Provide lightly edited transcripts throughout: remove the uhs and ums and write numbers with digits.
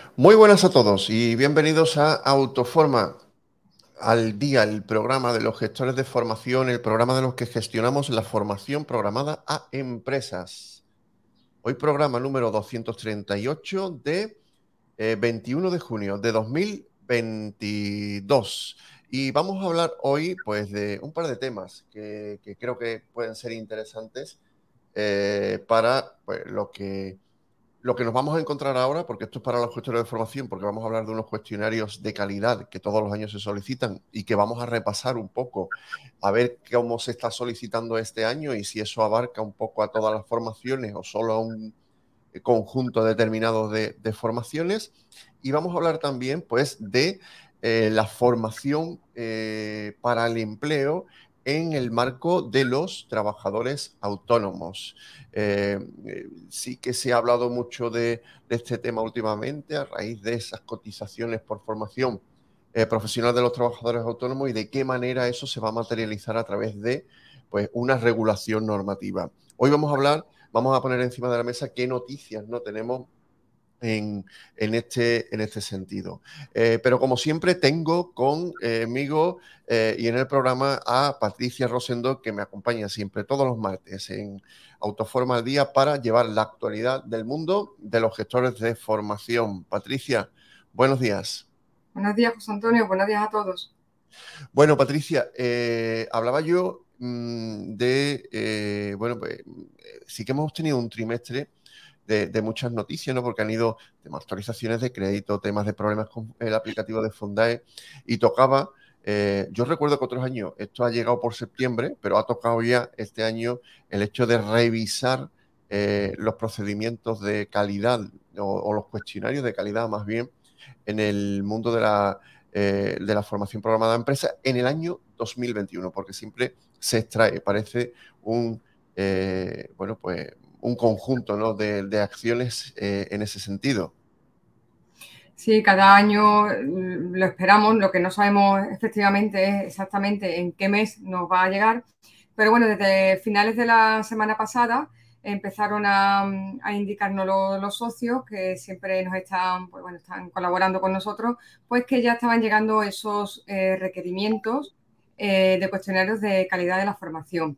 Muy buenas a todos y bienvenidos a Autoforma al Día, el programa de los gestores de formación, el programa de los que gestionamos la formación programada a empresas. Hoy programa número 238 de 21 de junio de 2022. Y vamos a hablar hoy pues, de un par de temas que creo que pueden ser interesantes para pues, lo que nos vamos a encontrar ahora, porque esto es para los gestores de formación, porque vamos a hablar de unos cuestionarios de calidad que todos los años se solicitan y que vamos a repasar un poco, a ver cómo se está solicitando este año y si eso abarca un poco a todas las formaciones o solo a un conjunto determinado de formaciones. Y vamos a hablar también, pues, de la formación para el empleo en el marco de los trabajadores autónomos. Sí que se ha hablado mucho de este tema últimamente a raíz de esas cotizaciones por formación profesional de los trabajadores autónomos y de qué manera eso se va a materializar a través de pues, una regulación normativa. Hoy vamos a poner encima de la mesa qué noticias no tenemos en este sentido. Pero como siempre tengo conmigo y en el programa a Patricia Rosendo, que me acompaña siempre todos los martes en Autoforma al Día para llevar la actualidad del mundo de los gestores de formación. Patricia, buenos días. Buenos días, José Antonio. Buenos días a todos. Bueno, Patricia, hablaba yo bueno, pues sí que hemos tenido un trimestre de muchas noticias, ¿no? Porque han ido temas actualizaciones de crédito, temas de problemas con el aplicativo de Fundae y tocaba, yo recuerdo que otros años, esto ha llegado por septiembre, pero ha tocado ya este año el hecho de revisar los procedimientos de calidad o los cuestionarios de calidad más bien en el mundo de la formación programada de empresa en el año 2021, porque siempre se extrae, parece bueno, pues un conjunto, ¿no? de acciones en ese sentido. Sí, cada año lo esperamos. Lo que no sabemos efectivamente es exactamente en qué mes nos va a llegar. Pero bueno, desde finales de la semana pasada empezaron a indicarnos los socios que siempre nos están, pues bueno, están colaborando con nosotros, pues que ya estaban llegando esos requerimientos de cuestionarios de calidad de la formación.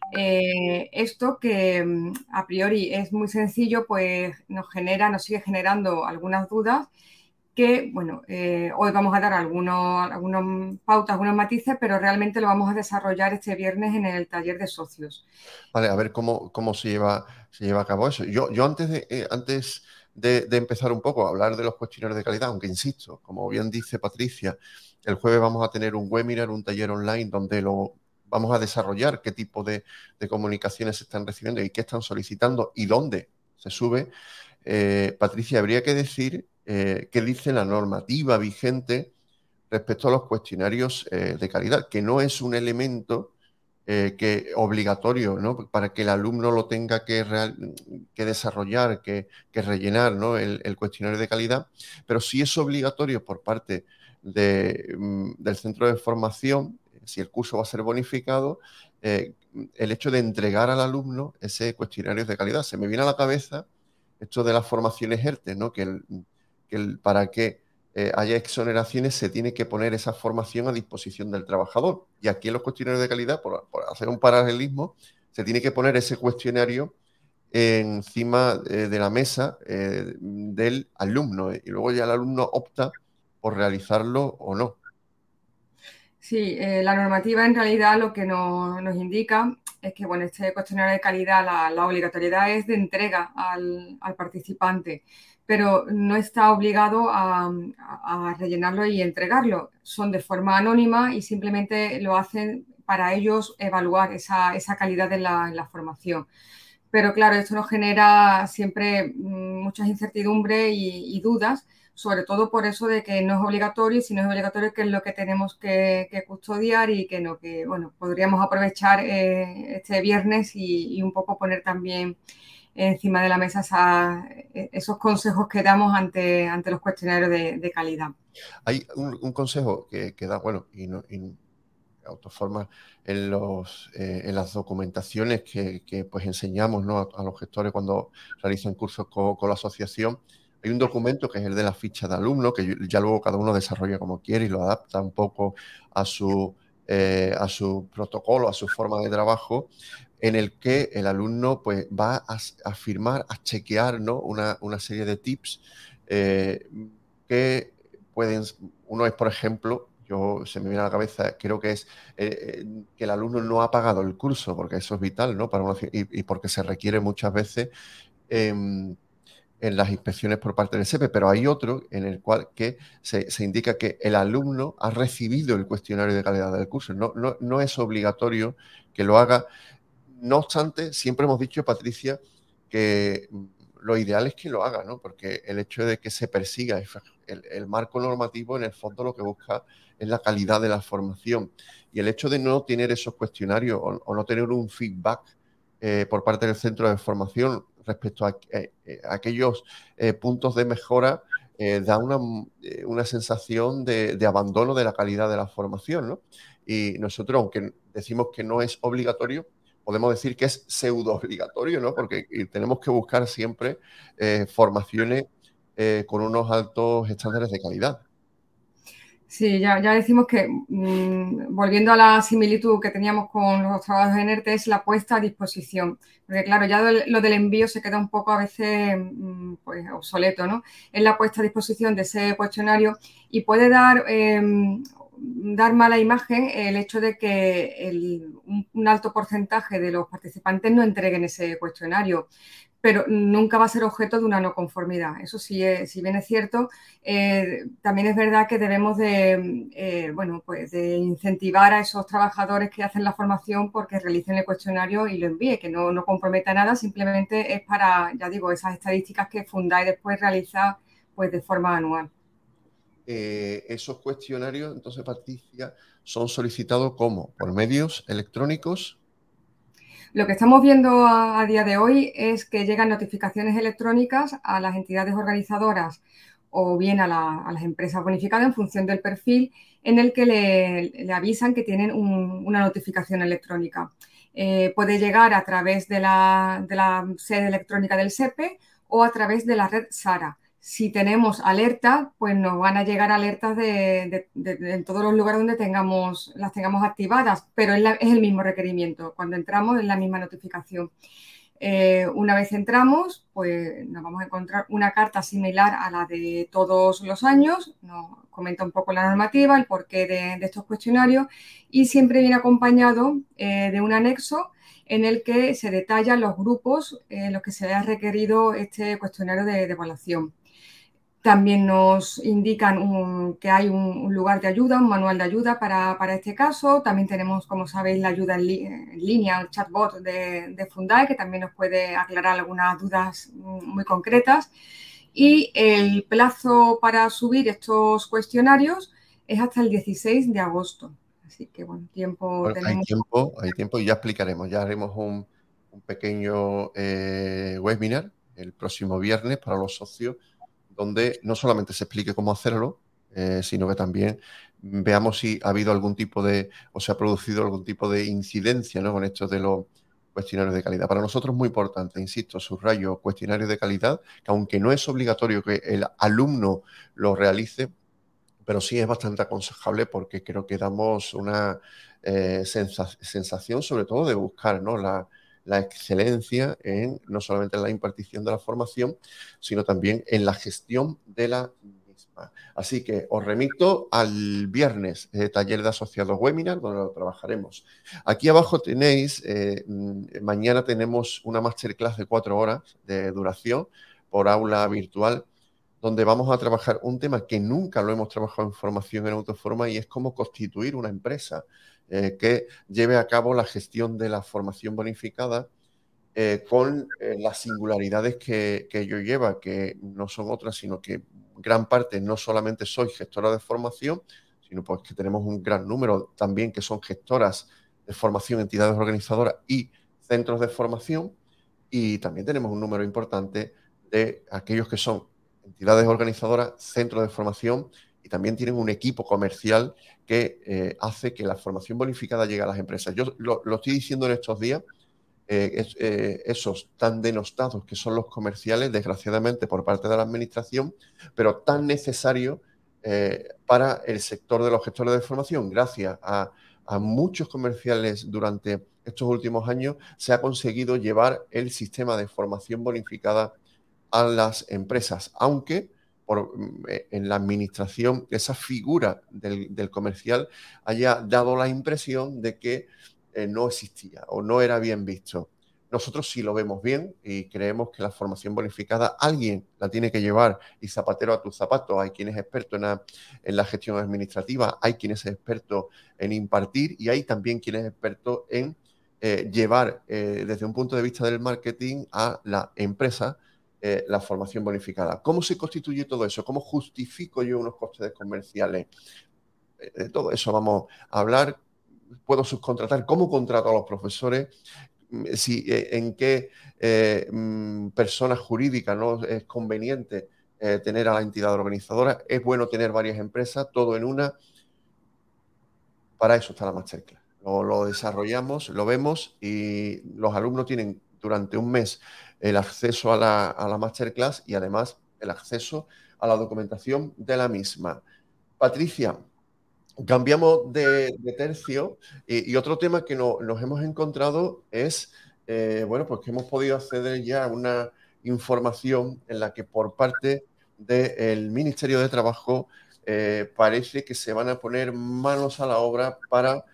Esto que a priori es muy sencillo, pues nos sigue generando algunas dudas que, bueno, hoy vamos a dar algunos pautas, algunos matices, pero realmente lo vamos a desarrollar este viernes en el taller de socios. Vale, a ver cómo se lleva a cabo eso. Yo antes de empezar un poco a hablar de los cuestionarios de calidad, aunque insisto, como bien dice Patricia, el jueves vamos a tener un webinar, un taller online donde lo vamos a desarrollar qué tipo de comunicaciones se están recibiendo y qué están solicitando y dónde se sube. Patricia, habría que decir qué dice la normativa vigente respecto a los cuestionarios de calidad, que no es un elemento obligatorio, ¿no? Para que el alumno lo tenga que desarrollar, que rellenar, ¿no? el cuestionario de calidad, pero sí es obligatorio por parte del centro de formación, si el curso va a ser bonificado, el hecho de entregar al alumno ese cuestionario de calidad. Se me viene a la cabeza esto de las formaciones ERTE, ¿no? Para que haya exoneraciones se tiene que poner esa formación a disposición del trabajador. Y aquí en los cuestionarios de calidad, por hacer un paralelismo, se tiene que poner ese cuestionario encima de la mesa del alumno y luego ya el alumno opta por realizarlo o no. Sí, la normativa en realidad lo que nos indica es que, bueno, este cuestionario de calidad, la obligatoriedad es de entrega al participante, pero no está obligado a rellenarlo y entregarlo. Son de forma anónima y simplemente lo hacen para ellos evaluar esa calidad en la formación. Pero claro, esto nos genera siempre muchas incertidumbres y dudas, sobre todo por eso de que no es obligatorio, y si no es obligatorio, que es lo que tenemos que custodiar y que no, que bueno, podríamos aprovechar este viernes y un poco poner también encima de la mesa esos consejos que damos ante los cuestionarios de calidad. Hay un consejo que da, bueno, y Autoforma en las documentaciones que, pues enseñamos, ¿no? a los gestores cuando realizan cursos con la asociación. Hay un documento que es el de la ficha de alumno, que ya luego cada uno desarrolla como quiere y lo adapta un poco a su protocolo, a su forma de trabajo, en el que el alumno pues, va a firmar, a chequear, ¿no? una serie de tips que pueden, uno es, por ejemplo, se me viene a la cabeza, creo que es que el alumno no ha pagado el curso, porque eso es vital, ¿no? Y porque se requiere muchas veces en las inspecciones por parte del SEPE, pero hay otro en el cual que se indica que el alumno ha recibido el cuestionario de calidad del curso. No es obligatorio que lo haga. No obstante, siempre hemos dicho, Patricia, que lo ideal es que lo haga, ¿no? Porque el hecho de que se persiga el marco normativo, en el fondo lo que busca es la calidad de la formación. Y el hecho de no tener esos cuestionarios o no tener un feedback por parte del centro de formación respecto a aquellos puntos de mejora, da una sensación de abandono de la calidad de la formación, ¿no? Y nosotros, aunque decimos que no es obligatorio, podemos decir que es pseudo obligatorio, ¿no? Porque tenemos que buscar siempre formaciones con unos altos estándares de calidad. Sí, ya decimos que, volviendo a la similitud que teníamos con los trabajos en ERTE, es la puesta a disposición. Porque claro, ya lo del envío se queda un poco a veces pues, obsoleto, ¿no? Es la puesta a disposición de ese cuestionario y puede dar mala imagen el hecho de que un alto porcentaje de los participantes no entreguen ese cuestionario, pero nunca va a ser objeto de una no conformidad. Eso sí, si bien es cierto, también es verdad que debemos pues de incentivar a esos trabajadores que hacen la formación porque realicen el cuestionario y lo envíen, que no comprometa nada, simplemente es para, ya digo, esas estadísticas que Fundai después realiza pues de forma anual. Esos cuestionarios, entonces, Patricia, son solicitados ¿cómo? ¿Por medios electrónicos? Lo que estamos viendo a día de hoy es que llegan notificaciones electrónicas a las entidades organizadoras o bien a las empresas bonificadas en función del perfil en el que le avisan que tienen una notificación electrónica. Puede llegar a través de la sede electrónica del SEPE o a través de la red SARA. Si tenemos alerta, pues nos van a llegar alertas en todos los lugares donde las tengamos activadas, pero es el mismo requerimiento. Cuando entramos es la misma notificación. Una vez entramos, pues nos vamos a encontrar una carta similar a la de todos los años, nos comenta un poco la normativa, el porqué de estos cuestionarios y siempre viene acompañado de un anexo en el que se detallan los grupos en los que se ha requerido este cuestionario de evaluación. También nos indican que hay un lugar de ayuda, un manual de ayuda para este caso. También tenemos, como sabéis, la ayuda en línea, el chatbot de Fundae, que también nos puede aclarar algunas dudas muy concretas. Y el plazo para subir estos cuestionarios es hasta el 16 de agosto. Así que, bueno, tiempo Bueno, tenemos. hay tiempo y ya explicaremos, ya haremos un pequeño webinar el próximo viernes para los socios, donde no solamente se explique cómo hacerlo, sino que también veamos si ha habido algún tipo o se ha producido algún tipo de incidencia, ¿no? Con esto de los cuestionarios de calidad. Para nosotros es muy importante, insisto, subrayo, cuestionarios de calidad, que aunque no es obligatorio que el alumno lo realice, pero sí es bastante aconsejable porque creo que damos una sensación sobre todo de buscar, ¿no? la excelencia no solamente en la impartición de la formación, sino también en la gestión de la misma. Así que os remito al viernes taller de asociados webinar, donde lo trabajaremos. Aquí abajo tenéis, mañana tenemos una masterclass de 4 horas de duración por aula virtual, donde vamos a trabajar un tema que nunca lo hemos trabajado en formación en Autoforma y es cómo constituir una empresa que lleve a cabo la gestión de la formación bonificada con las singularidades que ello lleva, que no son otras, sino que gran parte no solamente soy gestora de formación, sino pues que tenemos un gran número también que son gestoras de formación, entidades organizadoras y centros de formación, y también tenemos un número importante de aquellos que son entidades organizadoras, centros de formación, y también tienen un equipo comercial que hace que la formación bonificada llegue a las empresas. Yo lo estoy diciendo en estos días esos tan denostados que son los comerciales, desgraciadamente por parte de la administración, pero tan necesarios para el sector de los gestores de formación. Gracias a muchos comerciales durante estos últimos años se ha conseguido llevar el sistema de formación bonificada a las empresas, aunque en la administración esa figura del comercial haya dado la impresión de que no existía o no era bien visto. Nosotros sí lo vemos bien y creemos que la formación bonificada alguien la tiene que llevar y zapatero a tus zapatos. Hay quien es experto en la gestión administrativa, hay quien es experto en impartir y hay también quien es experto en llevar desde un punto de vista del marketing a la empresa la formación bonificada. ¿Cómo se constituye todo eso? ¿Cómo justifico yo unos costes comerciales? De todo eso vamos a hablar. ¿Puedo subcontratar? ¿Cómo contrato a los profesores? Si, ¿En qué persona jurídica no es conveniente tener a la entidad organizadora? ¿Es bueno tener varias empresas, todo en una? Para eso está la masterclass. Lo desarrollamos, lo vemos y los alumnos tienen durante un mes el acceso a la masterclass y además el acceso a la documentación de la misma. Patricia, cambiamos de tercio y otro tema que nos hemos encontrado es, bueno, pues que hemos podido acceder ya a una información en la que por parte del Ministerio de Trabajo parece que se van a poner manos a la obra para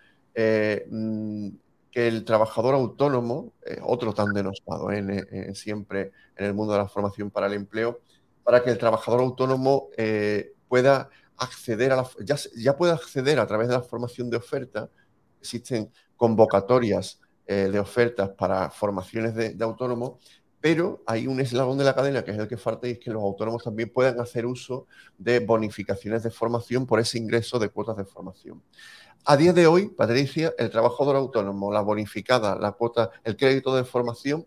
que el trabajador autónomo, otro tan denostado siempre en el mundo de la formación para el empleo, para que el trabajador autónomo pueda acceder ya puede acceder a través de la formación de oferta. Existen convocatorias de ofertas para formaciones de autónomos, pero hay un eslabón de la cadena que es el que falta y es que los autónomos también puedan hacer uso de bonificaciones de formación por ese ingreso de cuotas de formación. A día de hoy, Patricia, el trabajador autónomo, la bonificada, la cuota, el crédito de formación,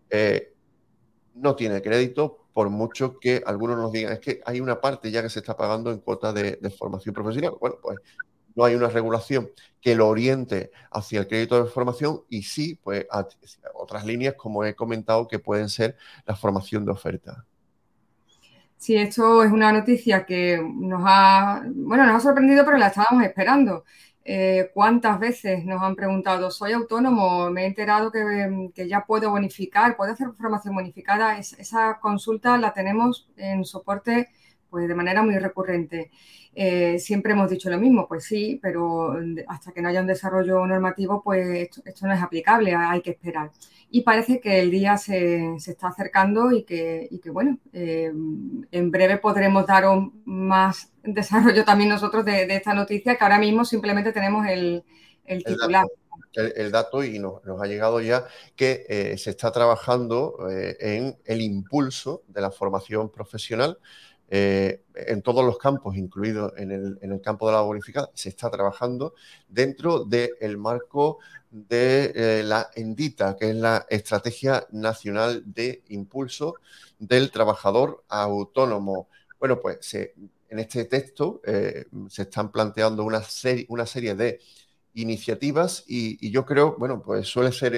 no tiene crédito, por mucho que algunos nos digan, es que hay una parte ya que se está pagando en cuota de formación profesional. Bueno, pues no hay una regulación que lo oriente hacia el crédito de formación y sí, pues a otras líneas, como he comentado, que pueden ser la formación de oferta. Sí, esto es una noticia que bueno, nos ha sorprendido, pero la estábamos esperando. ¿Cuántas veces nos han preguntado, soy autónomo, me he enterado que ya puedo bonificar, puedo hacer formación bonificada? Esa consulta la tenemos en soporte pues, de manera muy recurrente. Siempre hemos dicho lo mismo, pues sí, pero hasta que no haya un desarrollo normativo, pues esto no es aplicable, hay que esperar. Y parece que el día se está acercando y que bueno, en breve podremos daros más desarrollo también nosotros de esta noticia, que ahora mismo simplemente tenemos el titular. El dato y nos ha llegado ya que se está trabajando en el impulso de la formación profesional en todos los campos, incluido en el campo de la bonificada. Se está trabajando dentro del marco de la ENDITA, que es la Estrategia Nacional de Impulso del Trabajador Autónomo. Bueno, pues en este texto se están planteando una serie de iniciativas y yo creo, bueno, pues suele ser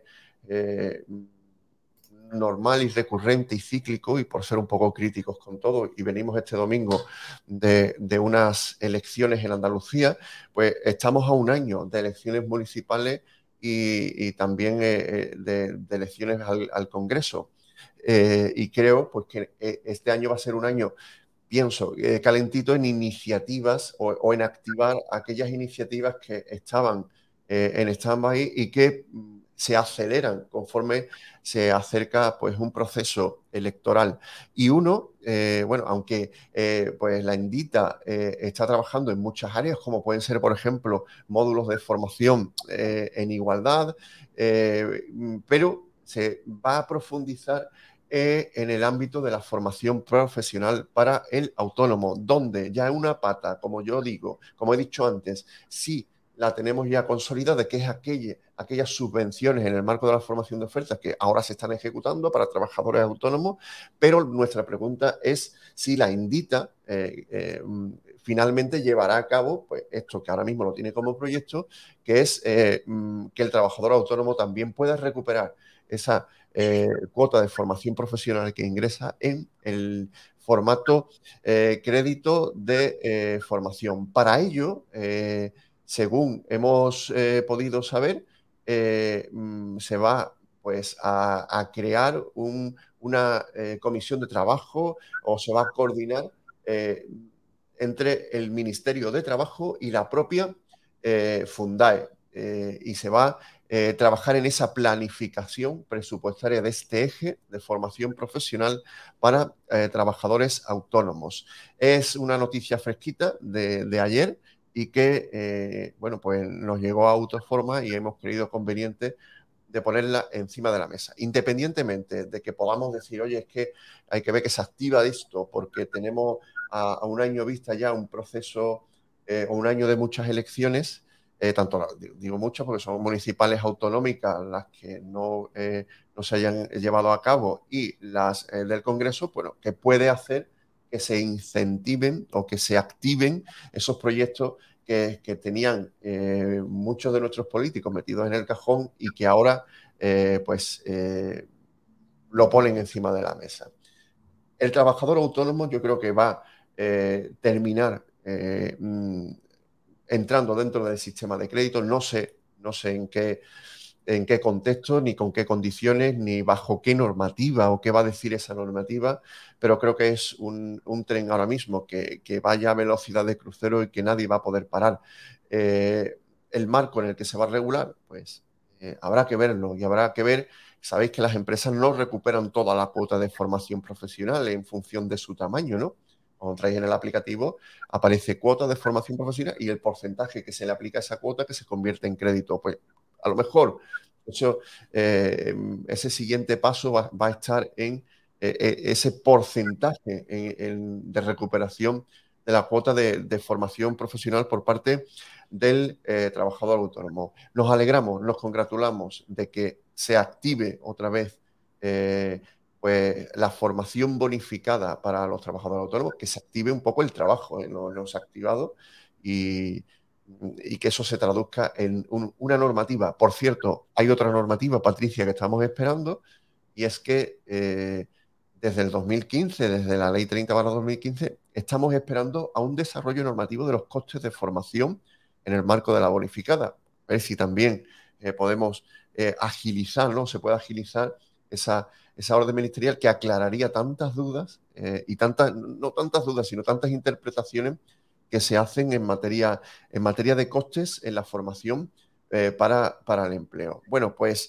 normal y recurrente y cíclico y por ser un poco críticos con todo y venimos este domingo de unas elecciones en Andalucía, pues estamos a un año de elecciones municipales y también de elecciones al Congreso. Y creo pues que este año va a ser un año pienso, calentito en iniciativas o en activar aquellas iniciativas que estaban en stand-by y que se aceleran conforme se acerca pues un proceso electoral. Y uno, bueno, aunque pues la ENDITA está trabajando en muchas áreas, como pueden ser, por ejemplo, módulos de formación en igualdad, pero se va a profundizar en el ámbito de la formación profesional para el autónomo, donde ya una pata, como yo digo, como he dicho antes, sí la tenemos ya consolidada, que es aquellas subvenciones en el marco de la formación de ofertas que ahora se están ejecutando para trabajadores autónomos, pero nuestra pregunta es si la INDITA finalmente llevará a cabo pues, esto que ahora mismo lo tiene como proyecto, que es que el trabajador autónomo también pueda recuperar esa cuota de formación profesional que ingresa en el formato crédito de formación. Para ello, según hemos podido saber, se va pues, a crear una comisión de trabajo o se va a coordinar entre el Ministerio de Trabajo y la propia Fundae. Y se va a trabajar en esa planificación presupuestaria de este eje de formación profesional para trabajadores autónomos. Es una noticia fresquita de ayer y que, bueno, pues nos llegó a Autoforma y hemos creído conveniente de ponerla encima de la mesa. Independientemente de que podamos decir, oye, es que hay que ver que se activa esto porque tenemos a un año vista ya un proceso o un año de muchas elecciones, tanto digo muchas porque son municipales autonómicas las que no se hayan llevado a cabo y las del Congreso, bueno, que puede hacer que se incentiven o que se activen esos proyectos que tenían muchos de nuestros políticos metidos en el cajón y que ahora lo ponen encima de la mesa. El trabajador autónomo yo creo que va a terminar entrando dentro del sistema de crédito. No sé en qué contexto, ni con qué condiciones, ni bajo qué normativa o qué va a decir esa normativa, pero creo que es un tren ahora mismo que vaya a velocidad de crucero y que nadie va a poder parar. El marco en el que se va a regular, pues habrá que verlo y habrá que ver. Sabéis que las empresas no recuperan toda la cuota de formación profesional en función de su tamaño, ¿no? Cuando traes en el aplicativo, aparece cuota de formación profesional y el porcentaje que se le aplica a esa cuota que se convierte en crédito. Pues a lo mejor ese siguiente paso va a estar en ese porcentaje de recuperación de la cuota de formación profesional por parte del trabajador autónomo. Nos alegramos, nos congratulamos de que se active otra vez pues la formación bonificada para los trabajadores autónomos, que se active un poco el trabajo, no se ha activado y que eso se traduzca en una normativa. Por cierto, hay otra normativa, Patricia, que estamos esperando, y es que desde el 2015, desde la Ley 30/2015, estamos esperando a un desarrollo normativo de los costes de formación en el marco de la bonificada. A ver si también podemos agilizar, ¿no? Se puede agilizar esa orden ministerial que aclararía tantas dudas y no tantas dudas, sino tantas interpretaciones que se hacen en materia de costes en la formación para el empleo. Bueno, pues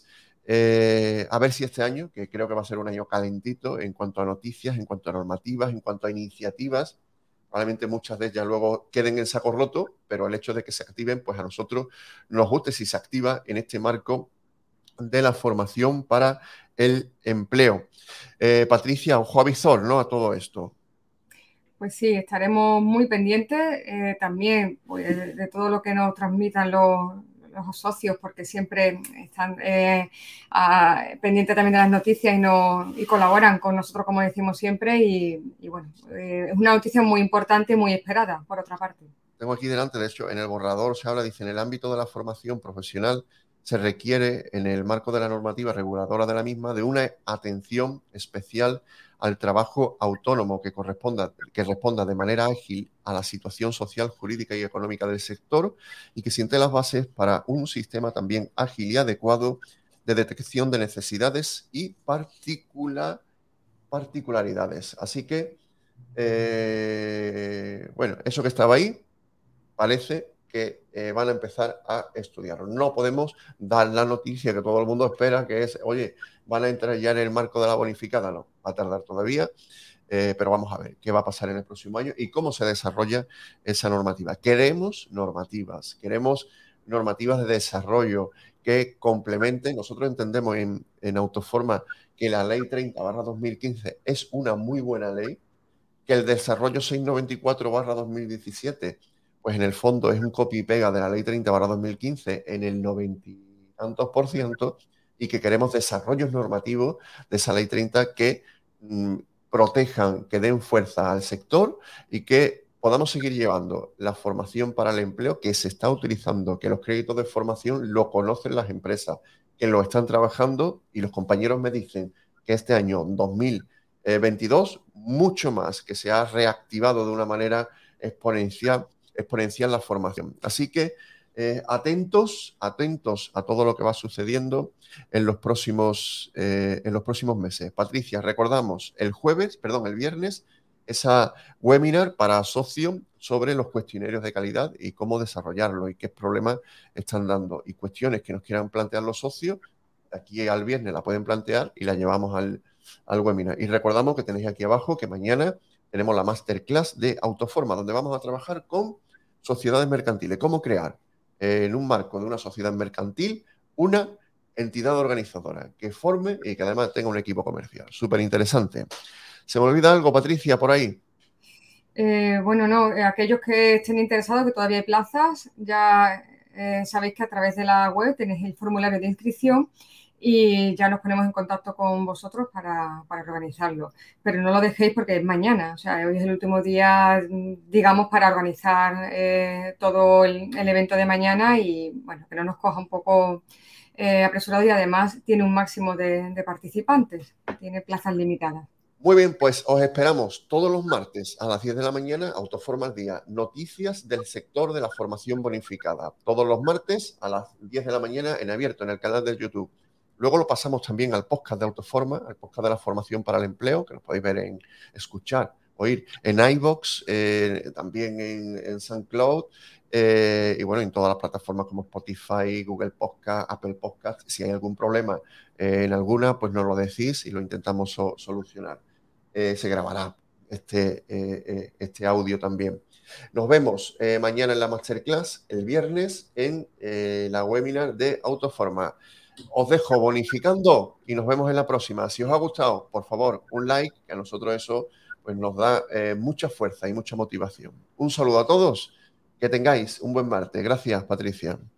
a ver si este año, que creo que va a ser un año calentito en cuanto a noticias, en cuanto a normativas, en cuanto a iniciativas, probablemente muchas de ellas luego queden en saco roto, pero el hecho de que se activen, pues a nosotros nos guste si se activa en este marco de la formación para el empleo. Patricia, ojo avisor, ¿no? A todo esto. Pues sí, estaremos muy pendientes también pues, de todo lo que nos transmitan los socios, porque siempre están pendientes también de las noticias y colaboran con nosotros, como decimos siempre. Y bueno, es una noticia muy importante y muy esperada, por otra parte. Tengo aquí delante, de hecho, en el borrador se habla, dice, en el ámbito de la formación profesional se requiere, en el marco de la normativa reguladora de la misma, de una atención especial al trabajo autónomo que responda de manera ágil a la situación social, jurídica y económica del sector y que siente las bases para un sistema también ágil y adecuado de detección de necesidades y particularidades. Así que, bueno, eso que estaba ahí, parece que van a empezar a estudiarlo. No podemos dar la noticia que todo el mundo espera, que es, oye, van a entrar ya en el marco de la bonificada. No, va a tardar todavía, pero vamos a ver qué va a pasar en el próximo año y cómo se desarrolla esa normativa. Queremos normativas de desarrollo que complementen. Nosotros entendemos en Autoforma que la Ley 30/2015 es una muy buena ley, que el desarrollo 694/2017 pues en el fondo es un copy y pega de la Ley 30/2015 en el 90 y tantos %, y que queremos desarrollos normativos de esa Ley 30 que protejan, que den fuerza al sector y que podamos seguir llevando la formación para el empleo que se está utilizando, que los créditos de formación lo conocen las empresas, que lo están trabajando y los compañeros me dicen que este año 2022, mucho más, que se ha reactivado de una manera exponencial la formación. Así que atentos a todo lo que va sucediendo en los próximos meses. Patricia, recordamos el viernes, esa webinar para socio sobre los cuestionarios de calidad y cómo desarrollarlo y qué problemas están dando. Y cuestiones que nos quieran plantear los socios, aquí al viernes la pueden plantear y la llevamos al webinar. Y recordamos que tenéis aquí abajo que mañana tenemos la masterclass de Autoforma, donde vamos a trabajar con sociedades mercantiles. Cómo crear en un marco de una sociedad mercantil una entidad organizadora que forme y que además tenga un equipo comercial. Súper interesante. ¿Se me olvida algo, Patricia, por ahí? Bueno, no, aquellos que estén interesados, que todavía hay plazas, ya sabéis que a través de la web tenéis el formulario de inscripción y ya nos ponemos en contacto con vosotros para organizarlo. Pero no lo dejéis porque es mañana, o sea, hoy es el último día, digamos, para organizar todo el evento de mañana y, bueno, que no nos coja un poco apresurado y además tiene un máximo de participantes, tiene plazas limitadas. Muy bien, pues os esperamos todos los martes a las 10 de la mañana, Autoforma al Día, noticias del sector de la formación bonificada. Todos los martes a las 10 de la mañana en abierto en el canal de YouTube. Luego lo pasamos también al podcast de Autoforma, al podcast de la formación para el empleo, que lo podéis ver escuchar, oír en iVoox, también en SoundCloud, y bueno, en todas las plataformas como Spotify, Google Podcast, Apple Podcast. Si hay algún problema en alguna, pues nos lo decís y lo intentamos solucionar. Se grabará este audio también. Nos vemos mañana en la masterclass, el viernes en la webinar de Autoforma. Os dejo bonificando y nos vemos en la próxima. Si os ha gustado, por favor, un like, que a nosotros eso pues, nos da mucha fuerza y mucha motivación. Un saludo a todos, que tengáis un buen martes. Gracias, Patricia.